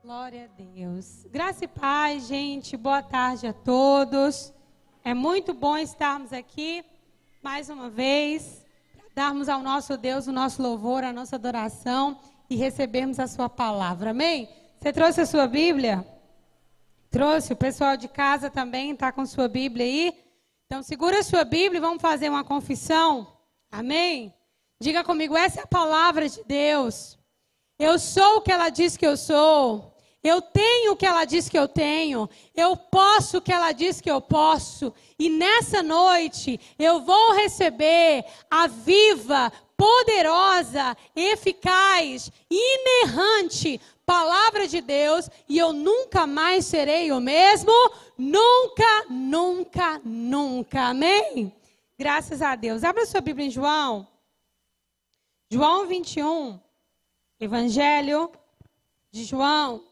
Glória a Deus. Graça e paz, gente. Boa tarde a todos. É muito bom estarmos aqui mais uma vez, para darmos ao nosso Deus o nosso louvor, a nossa adoração e recebermos a sua palavra. Amém? Você trouxe a sua Bíblia? Trouxe. O pessoal de casa também está com sua Bíblia aí? Então, segura a sua Bíblia e vamos fazer uma confissão. Amém? Diga comigo, essa é a palavra de Deus. Eu sou o que ela diz que eu sou. Eu tenho o que ela diz que eu tenho. Eu posso o que ela diz que eu posso. E nessa noite eu vou receber a viva, poderosa, eficaz, inerrante palavra de Deus. E eu nunca mais serei o mesmo. Nunca, nunca, nunca. Amém? Graças a Deus. Abra sua Bíblia em João. João 21. Evangelho de João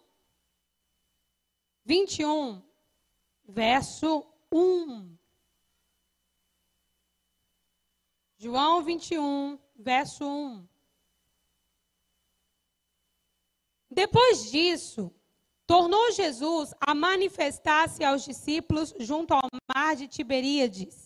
21, verso 1. João 21, verso 1. Depois disso, tornou Jesus a manifestar-se aos discípulos junto ao mar de Tiberíades.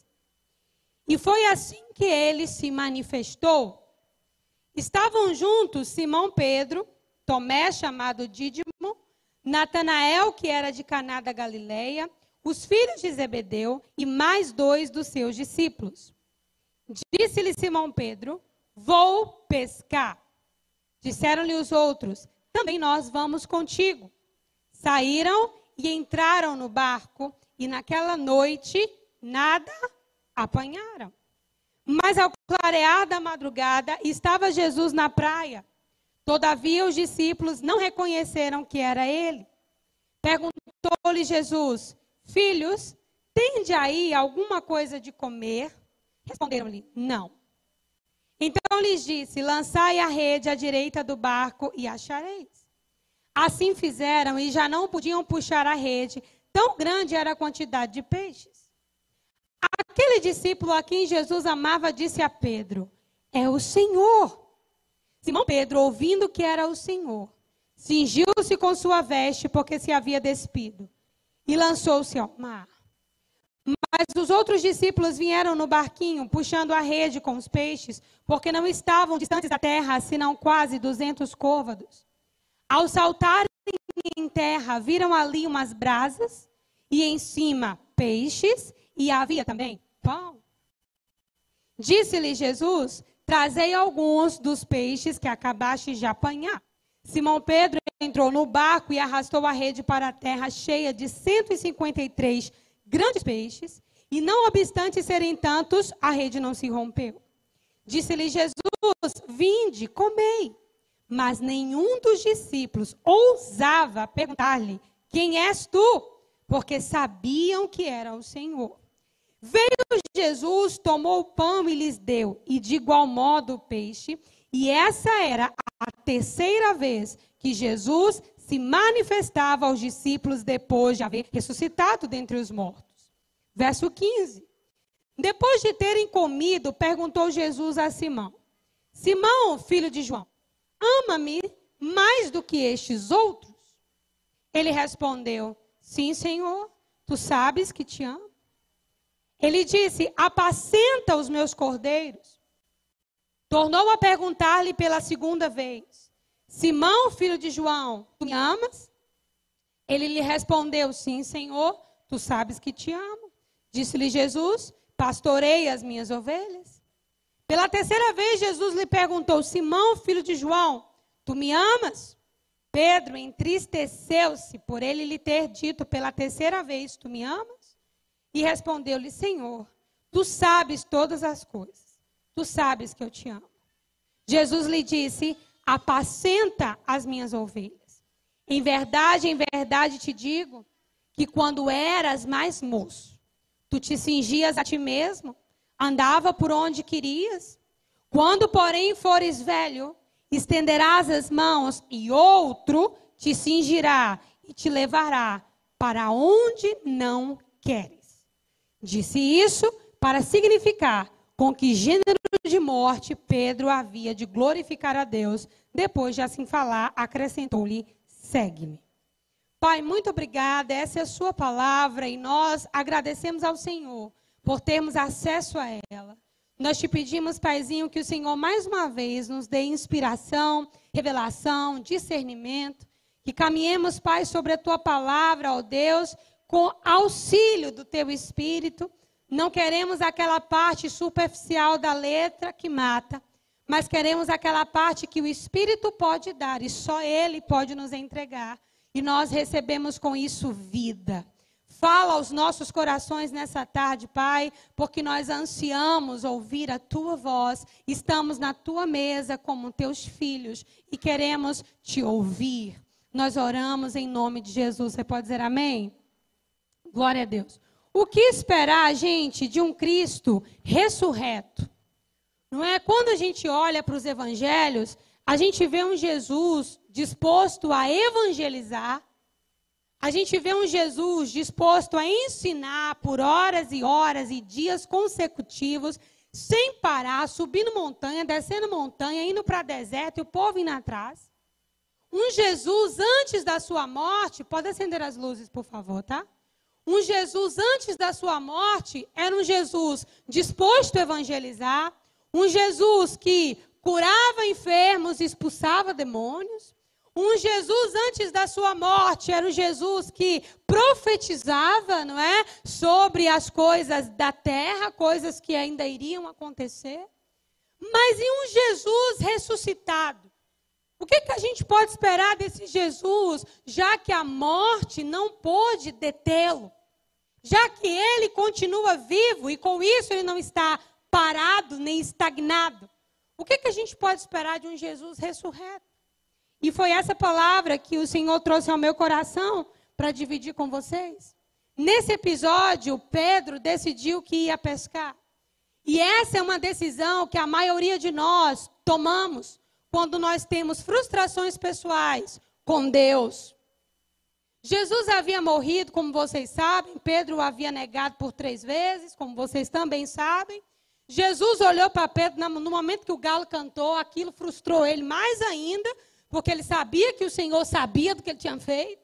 E foi assim que ele se manifestou. Estavam juntos Simão Pedro, Tomé, chamado Dídimo, Natanael, que era de Caná da Galileia, os filhos de Zebedeu e mais 2 dos seus discípulos. Disse-lhe Simão Pedro, vou pescar. Disseram-lhe os outros, também nós vamos contigo. Saíram e entraram no barco, e naquela noite nada apanharam. Mas ao clarear da madrugada, estava Jesus na praia. Todavia os discípulos não reconheceram que era ele. Perguntou-lhe Jesus, filhos, tende aí alguma coisa de comer? Responderam-lhe, não. Então lhes disse, lançai a rede à direita do barco e achareis. Assim fizeram e já não podiam puxar a rede, tão grande era a quantidade de peixes. Aquele discípulo a quem Jesus amava disse a Pedro, é o Senhor. Simão Pedro, ouvindo que era o Senhor, cingiu-se com sua veste, porque se havia despido, e lançou-se ao mar. Mas os outros discípulos vieram no barquinho, puxando a rede com os peixes, porque não estavam distantes da terra, senão quase 200 côvados. Ao saltarem em terra, viram ali umas brasas, e em cima peixes, e havia também pão. Disse-lhe Jesus, trazei alguns dos peixes que acabastes de apanhar. Simão Pedro entrou no barco e arrastou a rede para a terra cheia de 153 grandes peixes, e não obstante serem tantos, a rede não se rompeu. Disse-lhe Jesus, vinde, comei. Mas nenhum dos discípulos ousava perguntar-lhe, quem és tu? Porque sabiam que era o Senhor. Veio Jesus, tomou o pão e lhes deu, e de igual modo o peixe, e essa era a terceira vez que Jesus se manifestava aos discípulos depois de haver ressuscitado dentre os mortos. Verso 15. Depois de terem comido, perguntou Jesus a Simão, Simão, filho de João, ama-me mais do que estes outros? Ele respondeu, sim, Senhor, tu sabes que te amo. Ele disse, apacenta os meus cordeiros. Tornou a perguntar-lhe pela segunda vez, Simão, filho de João, tu me amas? Ele lhe respondeu, sim, Senhor, tu sabes que te amo. Disse-lhe Jesus, pastorei as minhas ovelhas. Pela terceira vez, Jesus lhe perguntou, Simão, filho de João, tu me amas? Pedro entristeceu-se por ele lhe ter dito pela terceira vez, tu me amas? E respondeu-lhe, Senhor, tu sabes todas as coisas. Tu sabes que eu te amo. Jesus lhe disse, apacenta as minhas ovelhas. Em verdade te digo, que quando eras mais moço, tu te cingias a ti mesmo, andava por onde querias. Quando, porém, fores velho, estenderás as mãos e outro te cingirá e te levará para onde não queres. Disse isso para significar com que gênero de morte Pedro havia de glorificar a Deus. Depois de assim falar, acrescentou-lhe, segue-me. Pai, muito obrigada, essa é a sua palavra e nós agradecemos ao Senhor por termos acesso a ela. Nós te pedimos, Paizinho, que o Senhor mais uma vez nos dê inspiração, revelação, discernimento, que caminhemos, Pai, sobre a tua palavra, ó Deus, com auxílio do teu Espírito. Não queremos aquela parte superficial da letra que mata, mas queremos aquela parte que o Espírito pode dar e só Ele pode nos entregar. E nós recebemos com isso vida. Fala aos nossos corações nessa tarde, Pai, porque nós ansiamos ouvir a Tua voz. Estamos na Tua mesa como Teus filhos e queremos Te ouvir. Nós oramos em nome de Jesus. Você pode dizer amém? Glória a Deus. O que esperar, gente, de um Cristo ressurreto? Não é? Quando a gente olha para os evangelhos, a gente vê um Jesus disposto a evangelizar. A gente vê um Jesus disposto a ensinar por horas e horas e dias consecutivos, sem parar, subindo montanha, descendo montanha, indo para deserto e o povo indo atrás. Um Jesus antes da sua morte, pode acender as luzes, por favor, tá? Um Jesus antes da sua morte era um Jesus disposto a evangelizar, um Jesus que curava enfermos e expulsava demônios. Um Jesus antes da sua morte era um Jesus que profetizava, não é? Sobre as coisas da terra, coisas que ainda iriam acontecer. Mas e um Jesus ressuscitado? O que a gente pode esperar desse Jesus, já que a morte não pôde detê-lo? Já que ele continua vivo e com isso ele não está parado nem estagnado? O que a gente pode esperar de um Jesus ressurreto? E foi essa palavra que o Senhor trouxe ao meu coração para dividir com vocês. Nesse episódio, Pedro decidiu que ia pescar. E essa é uma decisão que a maioria de nós tomamos quando nós temos frustrações pessoais com Deus. Jesus havia morrido, como vocês sabem. Pedro o havia negado por 3 vezes, como vocês também sabem. Jesus olhou para Pedro, no momento que o galo cantou, aquilo frustrou ele mais ainda, porque ele sabia que o Senhor sabia do que ele tinha feito.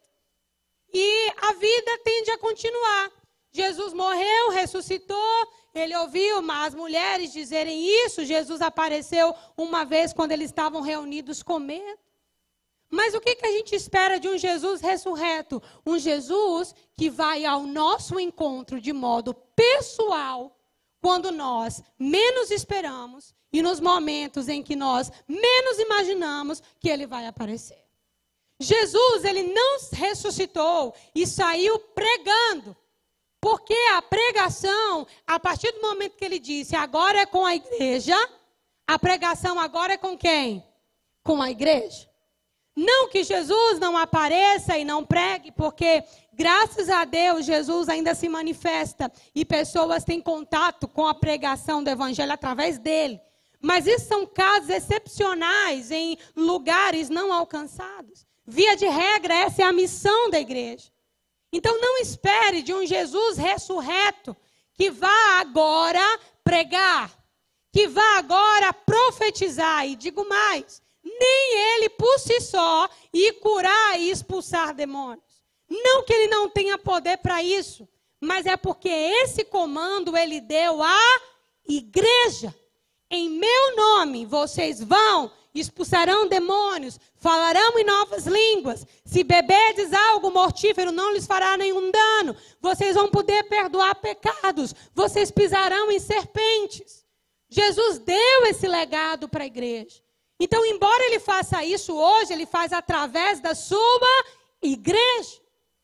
E a vida tende a continuar. Jesus morreu, ressuscitou, ele ouviu as mulheres dizerem isso. Jesus apareceu uma vez quando eles estavam reunidos comendo. Mas o que a gente espera de um Jesus ressurreto? Um Jesus que vai ao nosso encontro de modo pessoal, quando nós menos esperamos e nos momentos em que nós menos imaginamos que ele vai aparecer. Jesus, ele não ressuscitou e saiu pregando. Porque a pregação, a partir do momento que ele disse, agora é com a igreja, a pregação agora é com quem? Com a igreja. Não que Jesus não apareça e não pregue, porque graças a Deus Jesus ainda se manifesta e pessoas têm contato com a pregação do evangelho através dele. Mas isso são casos excepcionais em lugares não alcançados. Via de regra, essa é a missão da igreja. Então não espere de um Jesus ressurreto que vá agora pregar, que vá agora profetizar. E digo mais, nem ele por si só ir curar e expulsar demônios. Não que ele não tenha poder para isso, mas é porque esse comando ele deu à igreja. Em meu nome vocês vão, expulsarão demônios, falarão em novas línguas. Se beberdes algo mortífero, não lhes fará nenhum dano. Vocês vão poder perdoar pecados. Vocês pisarão em serpentes. Jesus deu esse legado para a igreja. Então, embora ele faça isso hoje, ele faz através da sua igreja.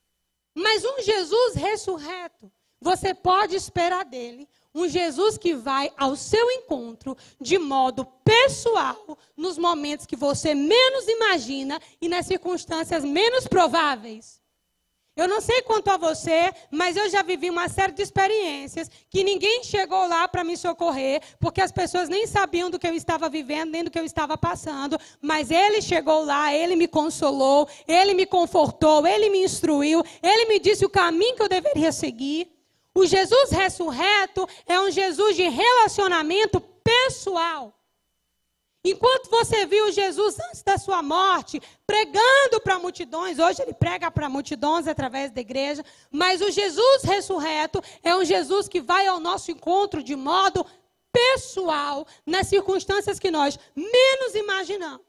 Mas um Jesus ressurreto, você pode esperar dele. Um Jesus que vai ao seu encontro de modo pessoal, nos momentos que você menos imagina e nas circunstâncias menos prováveis. Eu não sei quanto a você, mas eu já vivi uma série de experiências que ninguém chegou lá para me socorrer, porque as pessoas nem sabiam do que eu estava vivendo, nem do que eu estava passando, mas ele chegou lá, ele me consolou, ele me confortou, ele me instruiu, ele me disse o caminho que eu deveria seguir. O Jesus ressurreto é um Jesus de relacionamento pessoal. Enquanto você viu Jesus antes da sua morte, pregando para multidões, hoje ele prega para multidões através da igreja, mas o Jesus ressurreto é um Jesus que vai ao nosso encontro de modo pessoal, nas circunstâncias que nós menos imaginamos.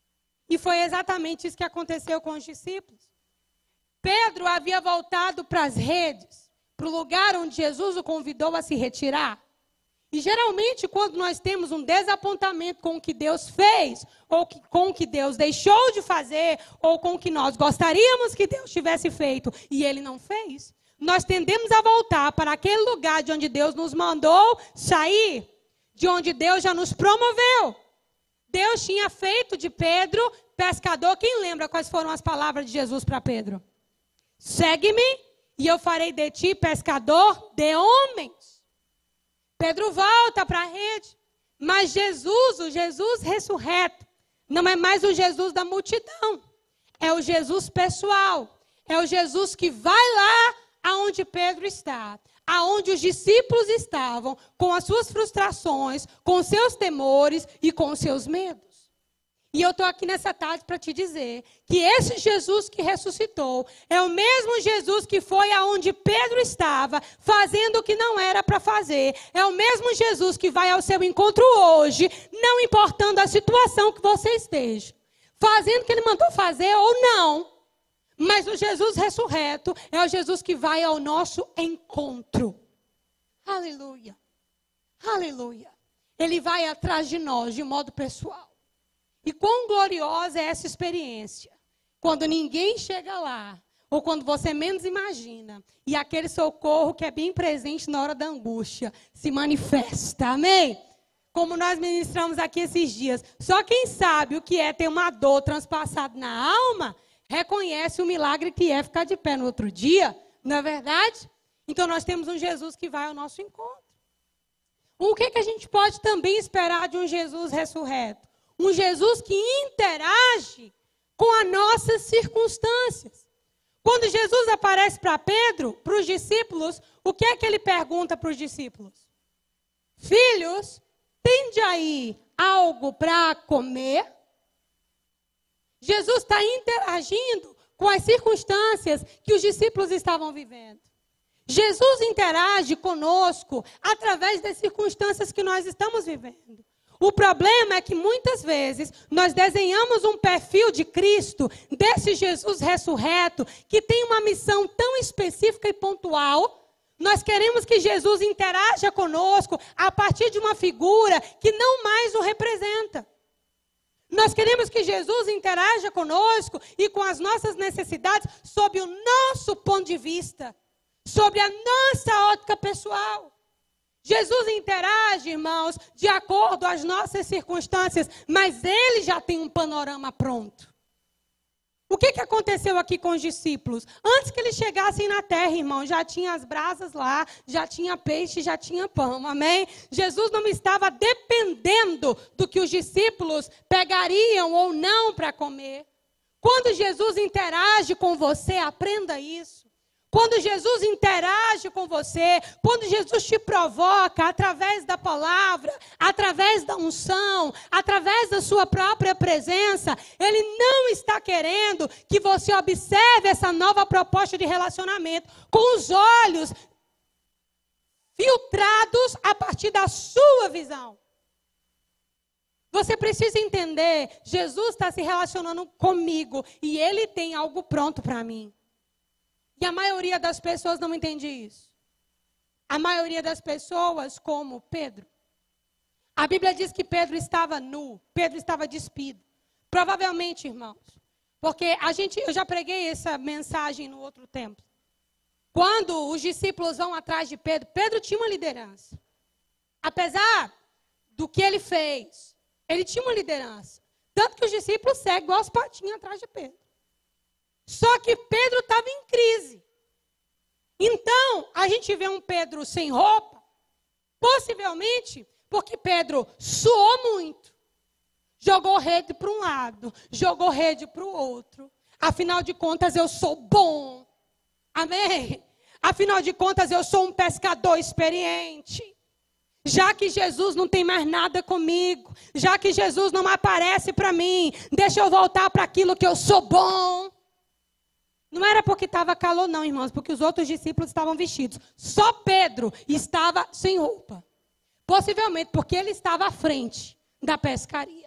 E foi exatamente isso que aconteceu com os discípulos. Pedro havia voltado para as redes, para o lugar onde Jesus o convidou a se retirar. E geralmente, quando nós temos um desapontamento com o que Deus fez, ou com o que Deus deixou de fazer, ou com o que nós gostaríamos que Deus tivesse feito, e Ele não fez, nós tendemos a voltar para aquele lugar de onde Deus nos mandou sair, de onde Deus já nos promoveu. Deus tinha feito de Pedro pescador. Quem lembra quais foram as palavras de Jesus para Pedro? Segue-me e eu farei de ti pescador de homens. Pedro volta para a rede, mas Jesus, o Jesus ressurreto, não é mais o Jesus da multidão, é o Jesus pessoal, é o Jesus que vai lá aonde Pedro está, aonde os discípulos estavam, com as suas frustrações, com os seus temores e com os seus medos. E eu estou aqui nessa tarde para te dizer que esse Jesus que ressuscitou é o mesmo Jesus que foi aonde Pedro estava, fazendo o que não era para fazer. É o mesmo Jesus que vai ao seu encontro hoje, não importando a situação que você esteja, fazendo o que ele mandou fazer ou não. Mas o Jesus ressurreto é o Jesus que vai ao nosso encontro. Aleluia. Aleluia. Ele vai atrás de nós de modo pessoal. E quão gloriosa é essa experiência, quando ninguém chega lá, ou quando você menos imagina, e aquele socorro que é bem presente na hora da angústia se manifesta, amém? Como nós ministramos aqui esses dias, só quem sabe o que é ter uma dor transpassada na alma, reconhece o milagre que é ficar de pé no outro dia, não é verdade? Então nós temos um Jesus que vai ao nosso encontro. O que a gente pode também esperar de um Jesus ressurreto? Um Jesus que interage com as nossas circunstâncias. Quando Jesus aparece para Pedro, para os discípulos, o que é que ele pergunta para os discípulos? Filhos, tende aí algo para comer? Jesus está interagindo com as circunstâncias que os discípulos estavam vivendo. Jesus interage conosco através das circunstâncias que nós estamos vivendo. O problema é que muitas vezes nós desenhamos um perfil de Cristo, desse Jesus ressurreto, que tem uma missão tão específica e pontual. Nós queremos que Jesus interaja conosco a partir de uma figura que não mais o representa. Nós queremos que Jesus interaja conosco e com as nossas necessidades sob o nosso ponto de vista, sobre a nossa ótica pessoal. Jesus interage, irmãos, de acordo às nossas circunstâncias, mas ele já tem um panorama pronto. O que aconteceu aqui com os discípulos? Antes que eles chegassem na terra, irmão, já tinha as brasas lá, já tinha peixe, já tinha pão, amém? Jesus não estava dependendo do que os discípulos pegariam ou não para comer. Quando Jesus interage com você, aprenda isso. Quando Jesus interage com você, quando Jesus te provoca através da palavra, através da unção, através da sua própria presença, Ele não está querendo que você observe essa nova proposta de relacionamento com os olhos filtrados a partir da sua visão. Você precisa entender, Jesus está se relacionando comigo e Ele tem algo pronto para mim. E a maioria das pessoas não entende isso. A maioria das pessoas, como Pedro. A Bíblia diz que Pedro estava nu, Pedro estava despido. Provavelmente, irmãos, porque eu já preguei essa mensagem no outro tempo. Quando os discípulos vão atrás de Pedro, Pedro tinha uma liderança. Apesar do que ele fez, ele tinha uma liderança. Tanto que os discípulos seguem igual os patinhos atrás de Pedro. Só que Pedro estava em crise. Então, a gente vê um Pedro sem roupa, possivelmente porque Pedro suou muito. Jogou rede para um lado, jogou rede para o outro. Afinal de contas, eu sou bom. Amém? Afinal de contas, eu sou um pescador experiente. Já que Jesus não tem mais nada comigo, já que Jesus não aparece para mim, deixa eu voltar para aquilo que eu sou bom. Não era porque estava calor não, irmãos, porque os outros discípulos estavam vestidos. Só Pedro estava sem roupa. Possivelmente porque ele estava à frente da pescaria.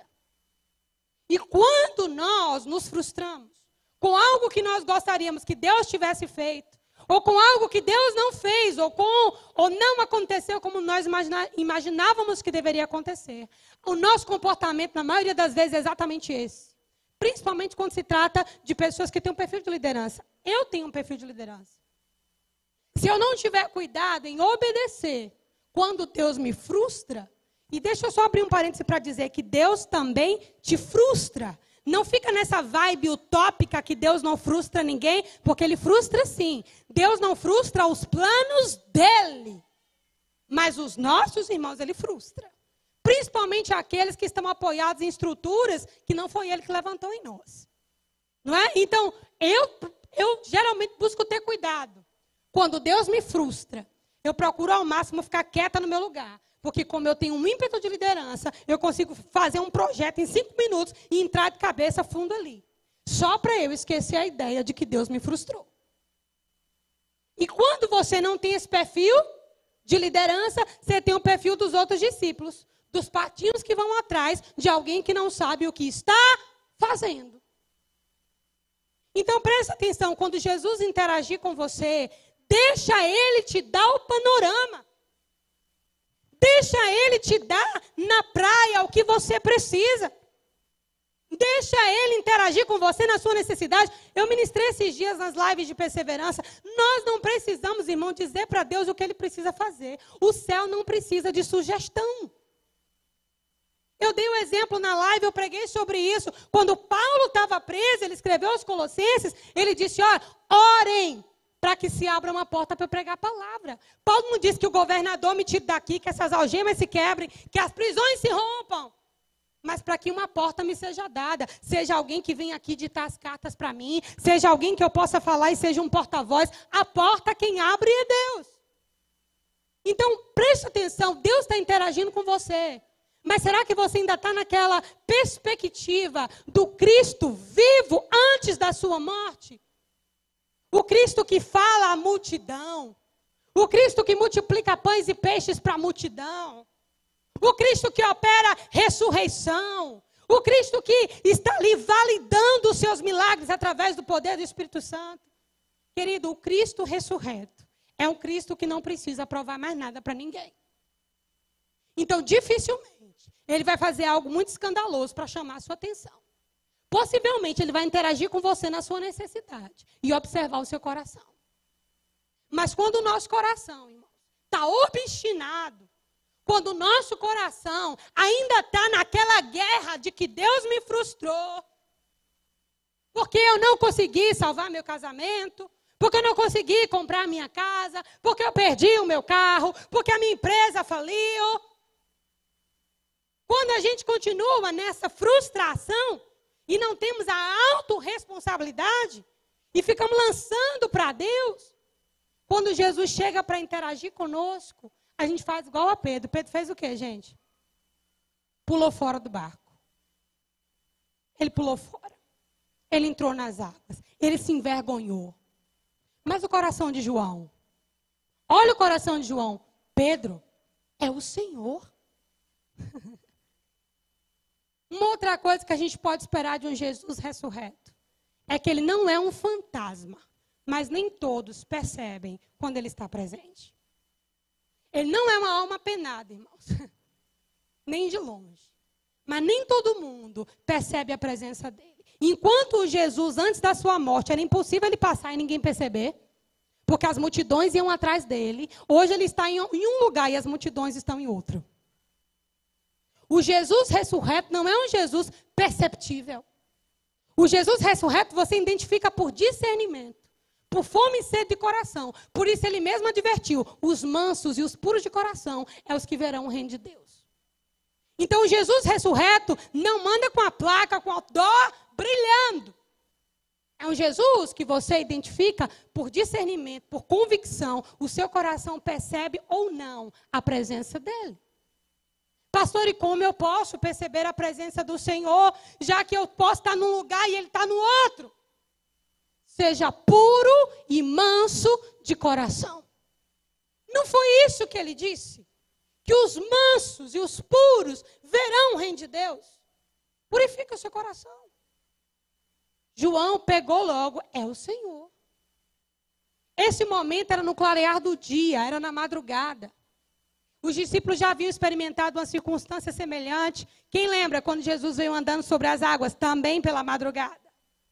E quando nós nos frustramos com algo que nós gostaríamos que Deus tivesse feito, ou com algo que Deus não fez, ou não aconteceu como nós imaginávamos que deveria acontecer, o nosso comportamento, na maioria das vezes, é exatamente esse. Principalmente quando se trata de pessoas que têm um perfil de liderança. Eu tenho um perfil de liderança. Se eu não tiver cuidado em obedecer quando Deus me frustra, e deixa eu só abrir um parêntese para dizer que Deus também te frustra. Não fica nessa vibe utópica que Deus não frustra ninguém, porque Ele frustra sim. Deus não frustra os planos dEle. Mas os nossos irmãos, Ele frustra. Principalmente aqueles que estão apoiados em estruturas que não foi Ele que levantou em nós. Não é? Então, eu geralmente busco ter cuidado. Quando Deus me frustra, eu procuro ao máximo ficar quieta no meu lugar. Porque como eu tenho um ímpeto de liderança, eu consigo fazer um projeto em 5 minutos e entrar de cabeça fundo ali. Só para eu esquecer a ideia de que Deus me frustrou. E quando você não tem esse perfil de liderança, você tem o perfil dos outros discípulos. Dos patinhos que vão atrás de alguém que não sabe o que está fazendo. Então presta atenção, quando Jesus interagir com você, deixa Ele te dar o panorama. Deixa Ele te dar na praia o que você precisa. Deixa Ele interagir com você na sua necessidade. Eu ministrei esses dias nas lives de perseverança. Nós não precisamos, irmão, dizer para Deus o que Ele precisa fazer. O céu não precisa de sugestão. Eu dei um exemplo na live, eu preguei sobre isso. Quando Paulo estava preso, ele escreveu aos Colossenses, ele disse, orem para que se abra uma porta para eu pregar a palavra. Paulo não disse que o governador me tire daqui, que essas algemas se quebrem, que as prisões se rompam. Mas para que uma porta me seja dada, seja alguém que venha aqui ditar as cartas para mim, seja alguém que eu possa falar e seja um porta-voz, a porta quem abre é Deus. Então, preste atenção, Deus está interagindo com você. Mas será que você ainda está naquela perspectiva do Cristo vivo antes da sua morte? O Cristo que fala à multidão. O Cristo que multiplica pães e peixes para a multidão. O Cristo que opera ressurreição. O Cristo que está ali validando os seus milagres através do poder do Espírito Santo. Querido, o Cristo ressurreto é um Cristo que não precisa provar mais nada para ninguém. Então, dificilmente, ele vai fazer algo muito escandaloso para chamar a sua atenção. Possivelmente, ele vai interagir com você na sua necessidade e observar o seu coração. Mas quando o nosso coração, irmãos, está obstinado, quando o nosso coração ainda está naquela guerra de que Deus me frustrou, porque eu não consegui salvar meu casamento, porque eu não consegui comprar minha casa, porque eu perdi o meu carro, porque a minha empresa faliu. Quando a gente continua nessa frustração e não temos a autorresponsabilidade e ficamos lançando para Deus, quando Jesus chega para interagir conosco, a gente faz igual a Pedro. Pedro fez o quê, gente? Pulou fora do barco. Ele pulou fora. Ele entrou nas águas. Ele se envergonhou. Mas o coração de João? Olha o coração de João. Pedro, é o Senhor. Uma outra coisa que a gente pode esperar de um Jesus ressurreto é que ele não é um fantasma, mas nem todos percebem quando ele está presente. Ele não é uma alma penada, irmãos, nem de longe. Mas nem todo mundo percebe a presença dele. Enquanto Jesus, antes da sua morte, era impossível ele passar e ninguém perceber, porque as multidões iam atrás dele, hoje ele está em um lugar e as multidões estão em outro. O Jesus ressurreto não é um Jesus perceptível. O Jesus ressurreto você identifica por discernimento, por fome e sede de coração. Por isso ele mesmo advertiu, os mansos e os puros de coração é os que verão o reino de Deus. Então o Jesus ressurreto não manda com a placa, com o outdoor brilhando. É um Jesus que você identifica por discernimento, por convicção. O seu coração percebe ou não a presença dele. Pastor, e como eu posso perceber a presença do Senhor, já que eu posso estar num lugar e Ele está no outro? Seja puro e manso de coração. Não foi isso que Ele disse? Que os mansos e os puros verão o reino de Deus. Purifica o seu coração. João pegou logo, é o Senhor. Esse momento era no clarear do dia, era na madrugada. Os discípulos já haviam experimentado uma circunstância semelhante. Quem lembra quando Jesus veio andando sobre as águas? Também pela madrugada.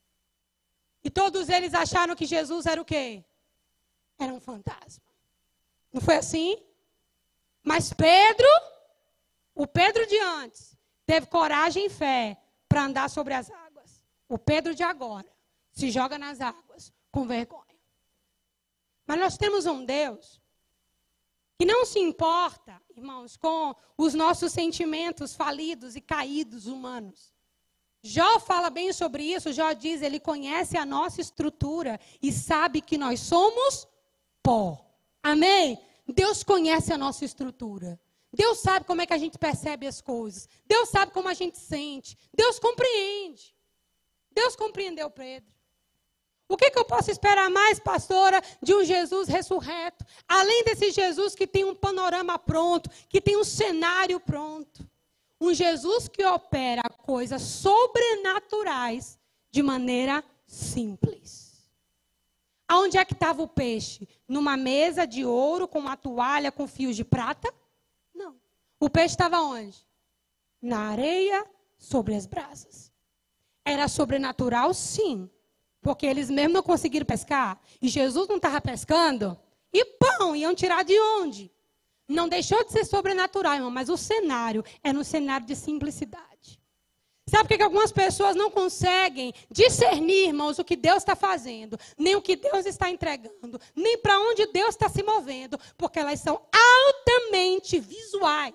E todos eles acharam que Jesus era o quê? Era um fantasma. Não foi assim? Mas Pedro, o Pedro de antes, teve coragem e fé para andar sobre as águas. O Pedro de agora se joga nas águas com vergonha. Mas nós temos um Deus que não se importa, irmãos, com os nossos sentimentos falidos e caídos humanos. Jó fala bem sobre isso. Jó diz, ele conhece a nossa estrutura e sabe que nós somos pó. Amém? Deus conhece a nossa estrutura. Deus sabe como é que a gente percebe as coisas. Deus sabe como a gente sente. Deus compreende. Deus compreendeu Pedro. O que eu posso esperar mais, pastora, de um Jesus ressurreto? Além desse Jesus que tem um panorama pronto, que tem um cenário pronto. Um Jesus que opera coisas sobrenaturais de maneira simples. Aonde é que estava o peixe? Numa mesa de ouro com uma toalha com fios de prata? Não. O peixe estava onde? Na areia, sobre as brasas. Era sobrenatural, sim. Porque eles mesmo não conseguiram pescar. E Jesus não estava pescando. E pão, iam tirar de onde? Não deixou de ser sobrenatural, irmão. Mas o cenário é no cenário de simplicidade. Sabe por que algumas pessoas não conseguem discernir, irmãos, o que Deus está fazendo? Nem o que Deus está entregando. Nem para onde Deus está se movendo. Porque elas são altamente visuais.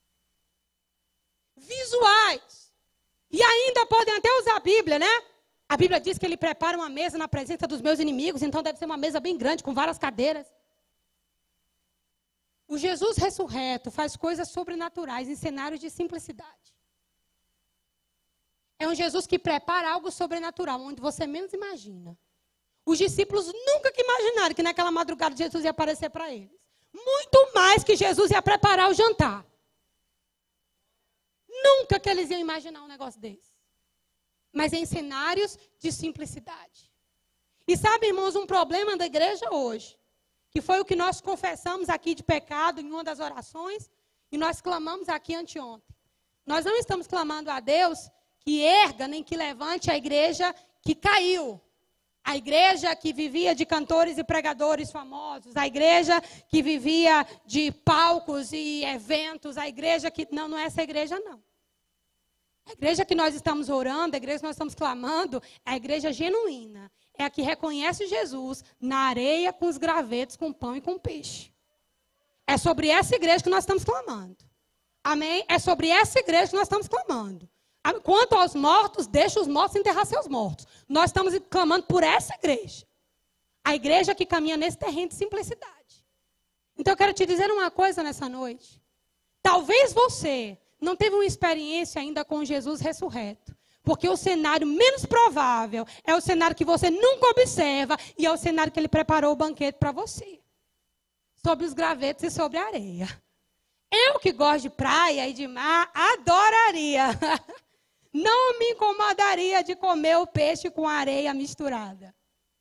Visuais. E ainda podem até usar a Bíblia, né? A Bíblia diz que ele prepara uma mesa na presença dos meus inimigos, então deve ser uma mesa bem grande, com várias cadeiras. O Jesus ressurreto faz coisas sobrenaturais em cenários de simplicidade. É um Jesus que prepara algo sobrenatural, onde você menos imagina. Os discípulos nunca que imaginaram que naquela madrugada Jesus ia aparecer para eles. Muito mais que Jesus ia preparar o jantar. Nunca que eles iam imaginar um negócio desse. Mas em cenários de simplicidade. E sabe, irmãos, um problema da igreja hoje, que foi o que nós confessamos aqui de pecado em uma das orações, e nós clamamos aqui anteontem. Nós não estamos clamando a Deus que erga nem que levante a igreja que caiu. A igreja que vivia de cantores e pregadores famosos, a igreja que vivia de palcos e eventos, a igreja que... Não é essa igreja, não. A igreja que nós estamos orando, a igreja que nós estamos clamando, é a igreja genuína. É a que reconhece Jesus na areia, com os gravetos, com pão e com peixe. É sobre essa igreja que nós estamos clamando. Amém? É sobre essa igreja que nós estamos clamando. Quanto aos mortos, deixa os mortos enterrar seus mortos. Nós estamos clamando por essa igreja. A igreja que caminha nesse terreno de simplicidade. Então eu quero te dizer uma coisa nessa noite. Talvez você não teve uma experiência ainda com Jesus ressurreto. Porque o cenário menos provável é o cenário que você nunca observa e é o cenário que ele preparou o banquete para você. Sobre os gravetos e sobre a areia. Eu que gosto de praia e de mar, adoraria. Não me incomodaria de comer o peixe com areia misturada.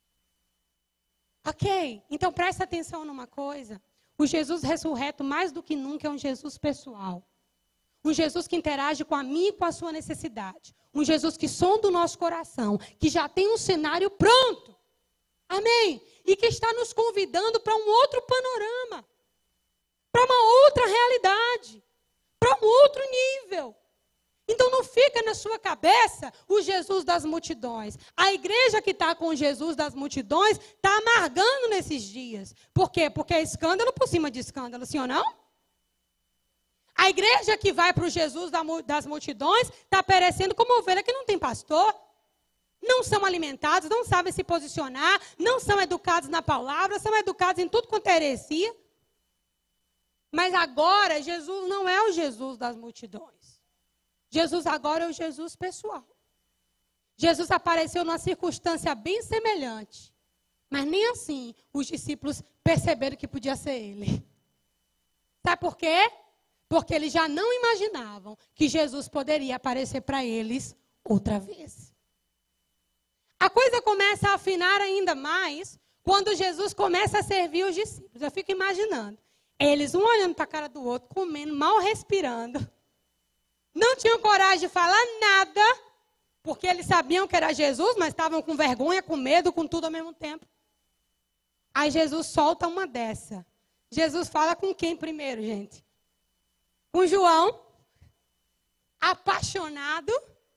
Ok? Então presta atenção numa coisa. O Jesus ressurreto, mais do que nunca, é um Jesus pessoal. Um Jesus que interage com a minha e com a sua necessidade. Um Jesus que sonda o nosso coração, que já tem um cenário pronto. Amém? E que está nos convidando para um outro panorama. Para uma outra realidade. Para um outro nível. Então não fica na sua cabeça o Jesus das multidões. A igreja que está com o Jesus das multidões está amargando nesses dias. Por quê? Porque é escândalo por cima de escândalo, sim ou não? A igreja que vai para o Jesus das multidões está perecendo como ovelha que não tem pastor. Não são alimentados, não sabem se posicionar, não são educados na palavra, são educados em tudo quanto é heresia. Mas agora, Jesus não é o Jesus das multidões. Jesus agora é o Jesus pessoal. Jesus apareceu numa circunstância bem semelhante. Mas nem assim os discípulos perceberam que podia ser ele. Sabe por quê? Porque eles já não imaginavam que Jesus poderia aparecer para eles outra vez. A coisa começa a afinar ainda mais quando Jesus começa a servir os discípulos. Eu fico imaginando. Eles um olhando para a cara do outro, comendo, mal respirando. Não tinham coragem de falar nada, porque eles sabiam que era Jesus, mas estavam com vergonha, com medo, com tudo ao mesmo tempo. Aí Jesus solta uma dessa. Jesus fala com quem primeiro, gente? Com João, apaixonado.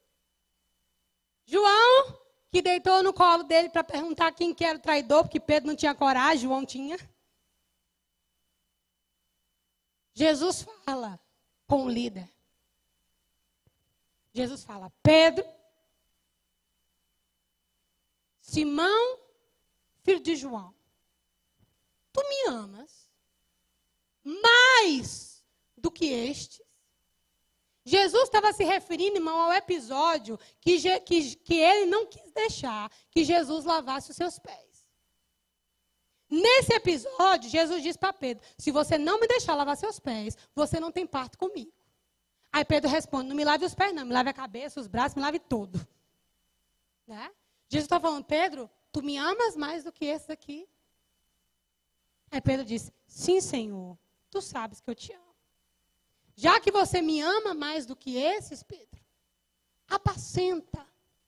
João, que deitou no colo dele para perguntar quem que era o traidor, porque Pedro não tinha coragem, João tinha. Jesus fala com o líder. Jesus fala, Pedro, Simão, filho de João, tu me amas mais do que estes? Jesus estava se referindo, irmão, ao episódio que ele não quis deixar que Jesus lavasse os seus pés. Nesse episódio, Jesus diz para Pedro, se você não me deixar lavar seus pés, você não tem parte comigo. Aí Pedro responde, não me lave os pés não, me lave a cabeça, os braços, me lave tudo. Né? Jesus está falando, Pedro, tu me amas mais do que esse aqui? Aí Pedro disse, sim, Senhor, tu sabes que eu te amo. Já que você me ama mais do que esses, Pedro, apacenta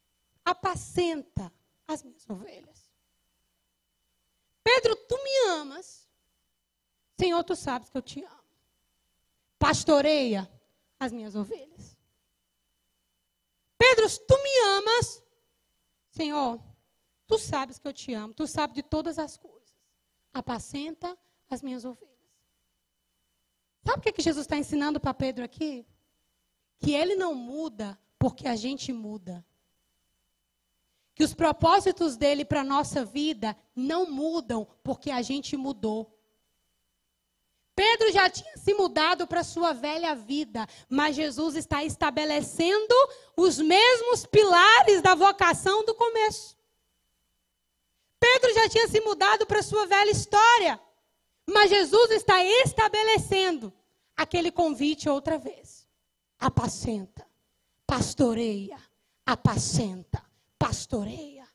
as minhas ovelhas. Pedro, tu me amas. Senhor, tu sabes que eu te amo. Pastoreia as minhas ovelhas. Pedro, tu me amas. Senhor, tu sabes que eu te amo. Tu sabes de todas as coisas. Apacenta as minhas ovelhas. Sabe o que Jesus está ensinando para Pedro aqui? Que ele não muda porque a gente muda. Que os propósitos dele para a nossa vida não mudam porque a gente mudou. Pedro já tinha se mudado para a sua velha vida, mas Jesus está estabelecendo os mesmos pilares da vocação do começo. Pedro já tinha se mudado para a sua velha história, mas Jesus está estabelecendo aquele convite outra vez. Apacenta, pastoreia, apacenta, pastoreia.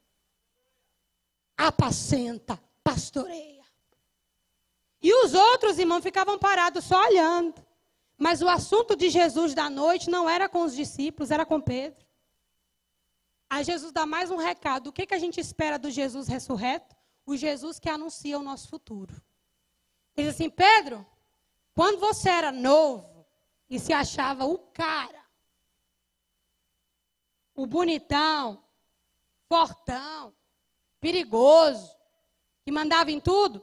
Apacenta, pastoreia. E os outros, irmãos, ficavam parados só olhando. Mas o assunto de Jesus da noite não era com os discípulos, era com Pedro. Aí Jesus dá mais um recado. O que a gente espera do Jesus ressurreto? O Jesus que anuncia o nosso futuro. Ele diz assim, Pedro, quando você era novo e se achava o cara, o bonitão, fortão, perigoso, que mandava em tudo,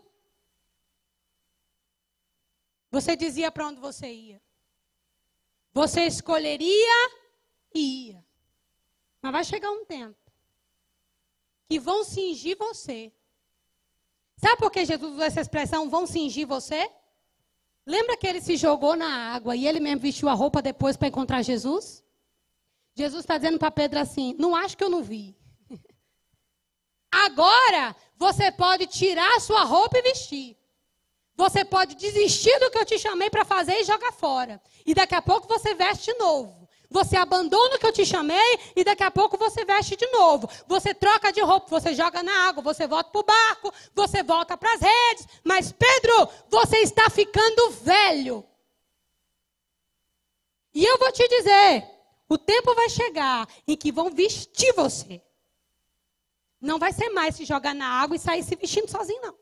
você dizia para onde você ia. Você escolheria e ia. Mas vai chegar um tempo que vão cingir você. Sabe por que Jesus usou essa expressão, vão cingir você? Lembra que ele se jogou na água e ele mesmo vestiu a roupa depois para encontrar Jesus? Jesus está dizendo para Pedro assim, não acho que eu não vi. Agora você pode tirar a sua roupa e vestir. Você pode desistir do que eu te chamei para fazer e jogar fora. E daqui a pouco você veste de novo. Você abandona o que eu te chamei e daqui a pouco você veste de novo. Você troca de roupa, você joga na água, você volta para o barco, você volta para as redes. Mas Pedro, você está ficando velho. E eu vou te dizer, o tempo vai chegar em que vão vestir você. Não vai ser mais se jogar na água e sair se vestindo sozinho, não.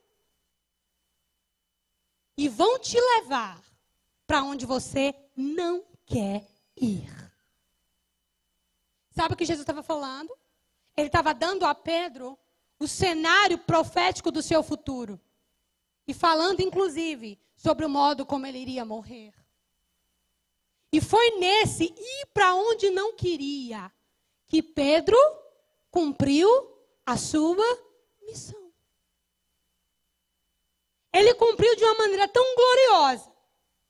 E vão te levar para onde você não quer ir. Sabe o que Jesus estava falando? Ele estava dando a Pedro o cenário profético do seu futuro. E falando, inclusive, sobre o modo como ele iria morrer. E foi nesse ir para onde não queria que Pedro cumpriu a sua missão. Ele cumpriu de uma maneira tão gloriosa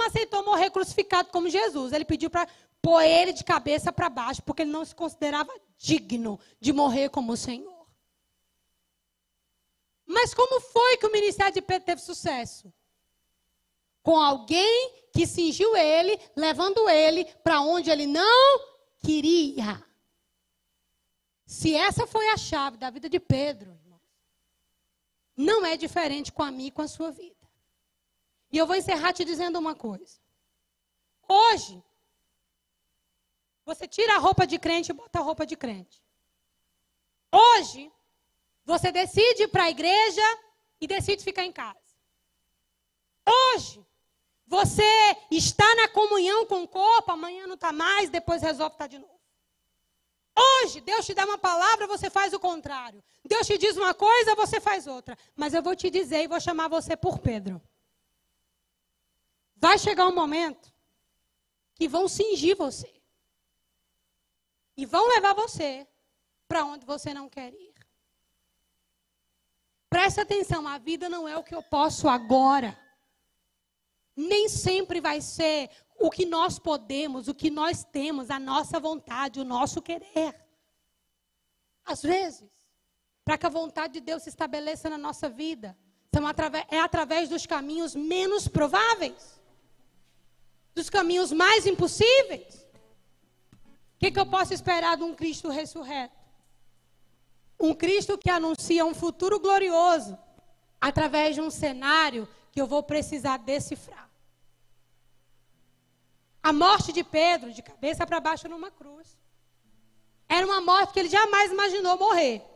não aceitou morrer crucificado como Jesus. Ele pediu para pôr ele de cabeça para baixo, porque ele não se considerava digno de morrer como o Senhor. Mas como foi que o ministério de Pedro teve sucesso? Com alguém que cingiu ele, levando ele para onde ele não queria. Se essa foi a chave da vida de Pedro, irmão, não é diferente com a minha e com a sua vida. E eu vou encerrar te dizendo uma coisa. Hoje, você tira a roupa de crente e bota a roupa de crente. Hoje, você decide ir para a igreja e decide ficar em casa. Hoje, você está na comunhão com o corpo, amanhã não está mais, depois resolve estar de novo. Hoje, Deus te dá uma palavra, você faz o contrário. Deus te diz uma coisa, você faz outra. Mas eu vou te dizer e vou chamar você por Pedro. Vai chegar um momento que vão cingir você. E vão levar você para onde você não quer ir. Preste atenção, a vida não é o que eu posso agora. Nem sempre vai ser o que nós podemos, o que nós temos, a nossa vontade, o nosso querer. Às vezes, para que a vontade de Deus se estabeleça na nossa vida, é através dos caminhos menos prováveis, dos caminhos mais impossíveis. O que eu posso esperar de um Cristo ressurreto? Um Cristo que anuncia um futuro glorioso, através de um cenário que eu vou precisar decifrar. A morte de Pedro, de cabeça para baixo numa cruz, era uma morte que ele jamais imaginou morrer.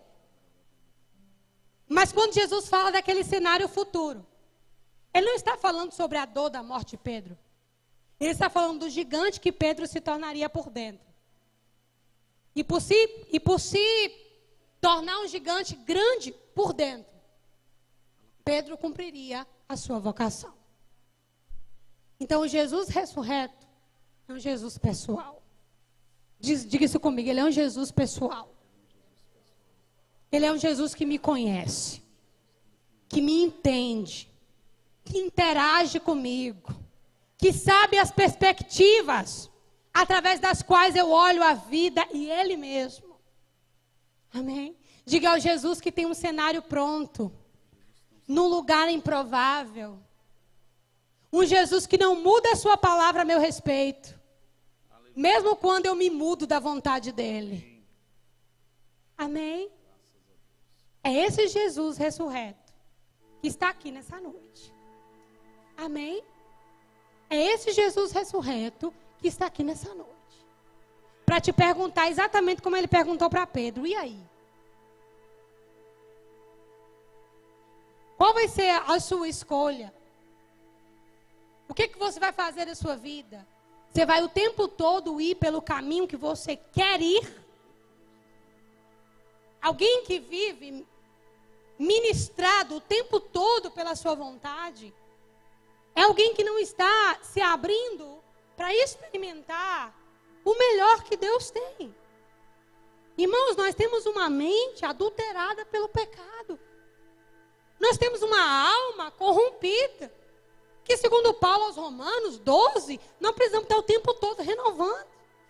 Mas quando Jesus fala daquele cenário futuro, ele não está falando sobre a dor da morte de Pedro. Ele está falando do gigante que Pedro se tornaria por dentro. E por se tornar um gigante grande por dentro, Pedro cumpriria a sua vocação. Então, o Jesus ressurreto é um Jesus pessoal. Diga isso comigo, ele é um Jesus pessoal. Ele é um Jesus que me conhece, que me entende, que interage comigo, que sabe as perspectivas através das quais eu olho a vida e Ele mesmo. Amém? Diga ao Jesus que tem um cenário pronto, num lugar improvável. Um Jesus que não muda a sua palavra a meu respeito, mesmo quando eu me mudo da vontade dEle. Amém? É esse Jesus ressurreto que está aqui nessa noite. Amém? É esse Jesus ressurreto que está aqui nessa noite. Para te perguntar exatamente como ele perguntou para Pedro. E aí? Qual vai ser a sua escolha? O que você vai fazer da sua vida? Você vai o tempo todo ir pelo caminho que você quer ir? Alguém que vive ministrado o tempo todo pela sua vontade? É alguém que não está se abrindo para experimentar o melhor que Deus tem. Irmãos, nós temos uma mente adulterada pelo pecado. Nós temos uma alma corrompida. Que segundo Paulo aos Romanos 12, nós precisamos estar o tempo todo renovando.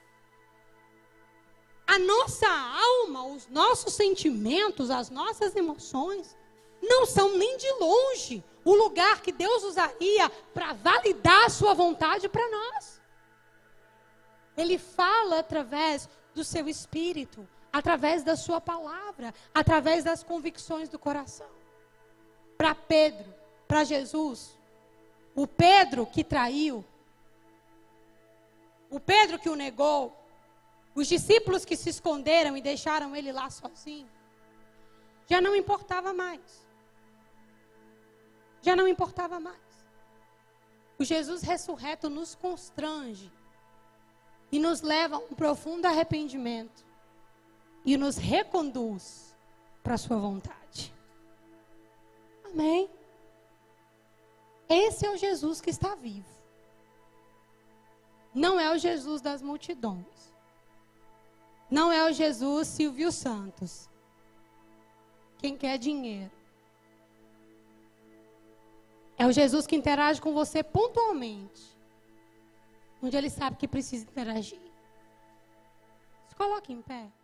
A nossa alma, os nossos sentimentos, as nossas emoções, não são nem de longe o lugar que Deus usaria para validar a sua vontade para nós. Ele fala através do seu espírito, através da sua palavra, através das convicções do coração. Para Pedro, para Jesus, o Pedro que traiu, o Pedro que o negou, os discípulos que se esconderam e deixaram ele lá sozinho, já não importava mais. Já não importava mais. O Jesus ressurreto nos constrange e nos leva a um profundo arrependimento e nos reconduz para a sua vontade. Amém? Esse é o Jesus que está vivo. Não é o Jesus das multidões. Não é o Jesus Silvio Santos. Quem quer dinheiro. É o Jesus que interage com você pontualmente. onde ele sabe que precisa interagir. Se coloque em pé.